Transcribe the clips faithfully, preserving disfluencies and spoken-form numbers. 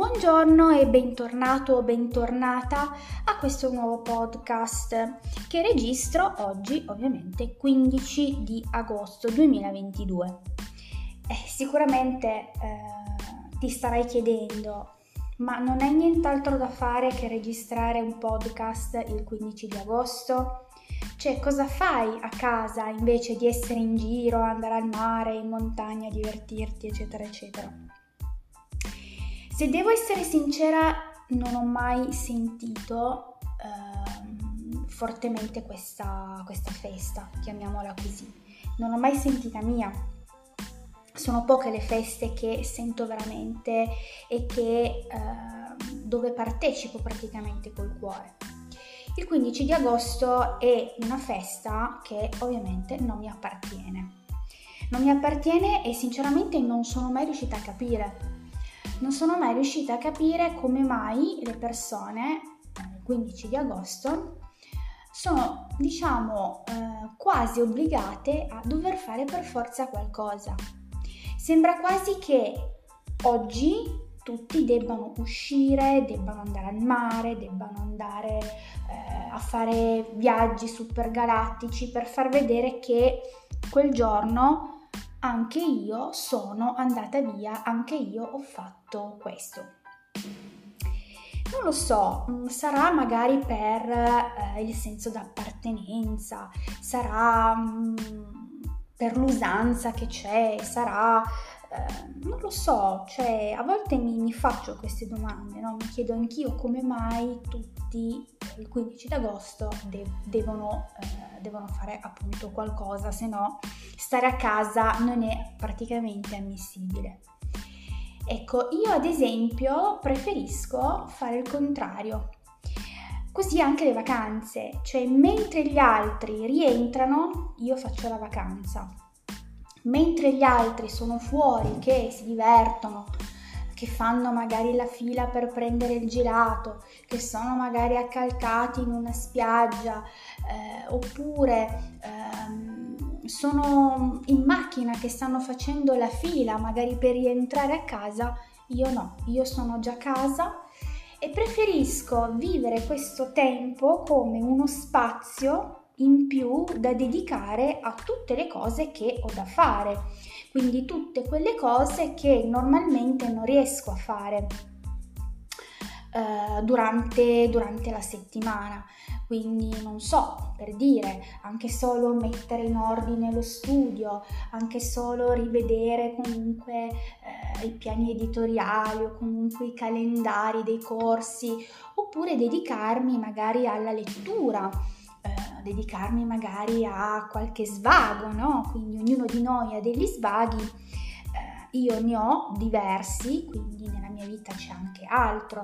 Buongiorno e bentornato o bentornata a questo nuovo podcast che registro oggi, ovviamente quindici di agosto duemilaventidue. Eh, sicuramente eh, ti starai chiedendo, ma non hai nient'altro da fare che registrare un podcast il quindici di agosto? Cioè, cosa fai a casa invece di essere in giro, andare al mare, in montagna, divertirti, eccetera, eccetera? Se devo essere sincera, non ho mai sentito ehm, fortemente questa, questa festa, chiamiamola così. Non l'ho mai sentita mia. Sono poche le feste che sento veramente e che, eh, dove partecipo praticamente col cuore. Il quindici di agosto è una festa che ovviamente non mi appartiene. Non mi appartiene e sinceramente non sono mai riuscita a capire. Non sono mai riuscita a capire come mai le persone, il quindici di agosto, sono, diciamo, eh, quasi obbligate a dover fare per forza qualcosa. Sembra quasi che oggi tutti debbano uscire, debbano andare al mare, debbano andare eh, a fare viaggi super galattici per far vedere che quel giorno anche io sono andata via, anche io ho fatto questo. Non lo so, sarà magari per eh, il senso d'appartenenza, sarà mh, per l'usanza che c'è, sarà, eh, non lo so, cioè a volte mi, mi faccio queste domande, no? Mi chiedo anch'io come mai tutti il quindici d'agosto de- devono, eh, devono fare appunto qualcosa, se no stare a casa non è praticamente ammissibile. Ecco, io ad esempio preferisco fare il contrario. Così anche le vacanze, cioè mentre gli altri rientrano, io faccio la vacanza. Mentre gli altri sono fuori che si divertono, che fanno magari la fila per prendere il gelato, che sono magari accalcati in una spiaggia, eh, oppure ehm, sono in macchina che stanno facendo la fila magari per rientrare a casa, io no, io sono già a casa e preferisco vivere questo tempo come uno spazio in più da dedicare a tutte le cose che ho da fare, quindi tutte quelle cose che normalmente non riesco a fare eh, durante, durante la settimana. Quindi non so, per dire, anche solo mettere in ordine lo studio, anche solo rivedere comunque eh, i piani editoriali o comunque i calendari dei corsi, oppure dedicarmi magari alla lettura, eh, dedicarmi magari a qualche svago, no? Quindi ognuno di noi ha degli svaghi, eh, io ne ho diversi, quindi nella mia vita c'è anche altro.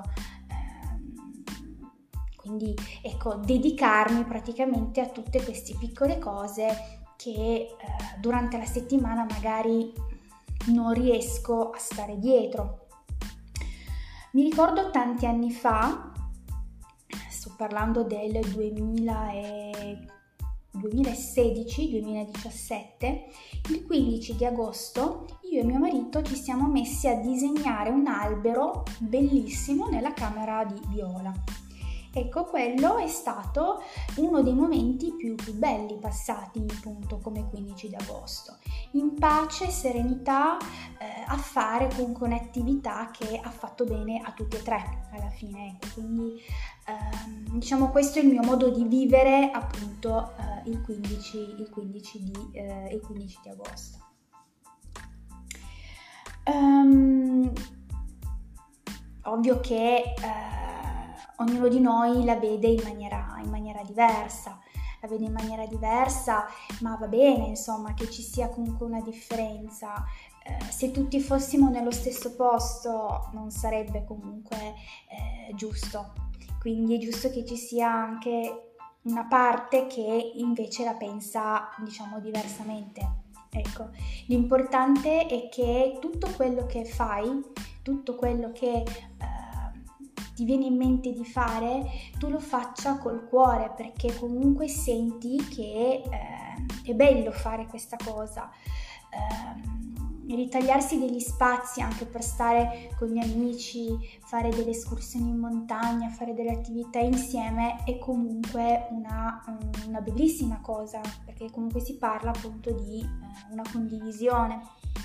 Quindi ecco, dedicarmi praticamente a tutte queste piccole cose che eh, durante la settimana magari non riesco a stare dietro. Mi ricordo tanti anni fa, sto parlando del duemila e duemilasedici duemiladiciassette, il quindici di agosto io e mio marito ci siamo messi a disegnare un albero bellissimo nella camera di Viola. Ecco, quello è stato uno dei momenti più, più belli passati appunto come quindici di agosto, in pace, serenità, eh, a fare comunque un'attività che ha fatto bene a tutti e tre alla fine, ecco. Quindi ehm, diciamo questo è il mio modo di vivere appunto eh, il, quindici, il, quindici di, eh, il quindici di agosto. Um, ovvio che eh, ognuno di noi la vede in maniera, in maniera diversa, la vede in maniera diversa, ma va bene, insomma, che ci sia comunque una differenza. Eh, se tutti fossimo nello stesso posto non sarebbe comunque eh, giusto, quindi è giusto che ci sia anche una parte che invece la pensa, diciamo, diversamente. Ecco, l'importante è che tutto quello che fai, tutto quello che ti viene in mente di fare, tu lo faccia col cuore, perché comunque senti che eh, è bello fare questa cosa, eh, ritagliarsi degli spazi anche per stare con gli amici, fare delle escursioni in montagna, fare delle attività insieme è comunque una, una bellissima cosa, perché comunque si parla appunto di eh, una condivisione.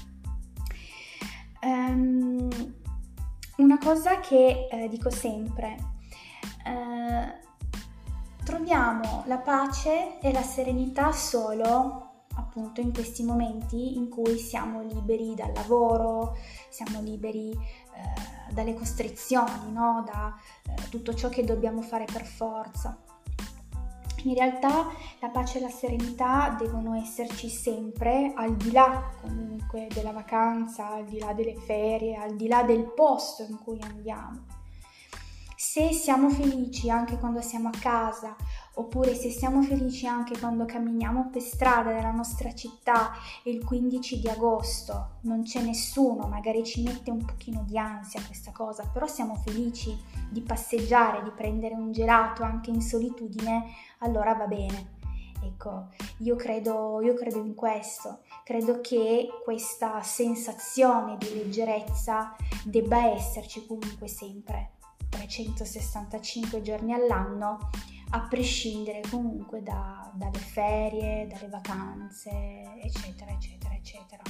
Um, una cosa che eh, dico sempre, eh, troviamo la pace e la serenità solo appunto in questi momenti in cui siamo liberi dal lavoro, siamo liberi eh, dalle costrizioni, no? Da eh, tutto ciò che dobbiamo fare per forza. In realtà la pace e la serenità devono esserci sempre, al di là comunque della vacanza, al di là delle ferie, al di là del posto in cui andiamo. Se siamo felici anche quando siamo a casa, oppure se siamo felici anche quando camminiamo per strada della nostra città e il quindici di agosto non c'è nessuno, magari ci mette un pochino di ansia questa cosa, però siamo felici di passeggiare, di prendere un gelato anche in solitudine, allora va bene. Ecco, io credo, io credo in questo, credo che questa sensazione di leggerezza debba esserci comunque sempre, trecentosessantacinque giorni all'anno, a prescindere comunque da, dalle ferie, dalle vacanze, eccetera, eccetera, eccetera.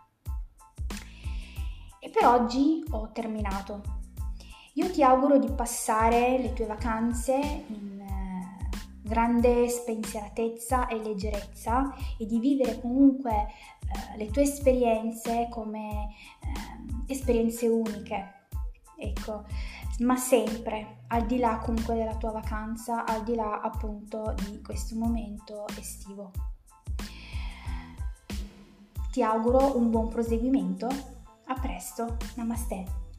E per oggi ho terminato. Io ti auguro di passare le tue vacanze in eh, grande spensieratezza e leggerezza e di vivere comunque eh, le tue esperienze come eh, esperienze uniche. Ecco, ma sempre al di là comunque della tua vacanza, al di là appunto di questo momento estivo. Ti auguro un buon proseguimento, a presto, namaste.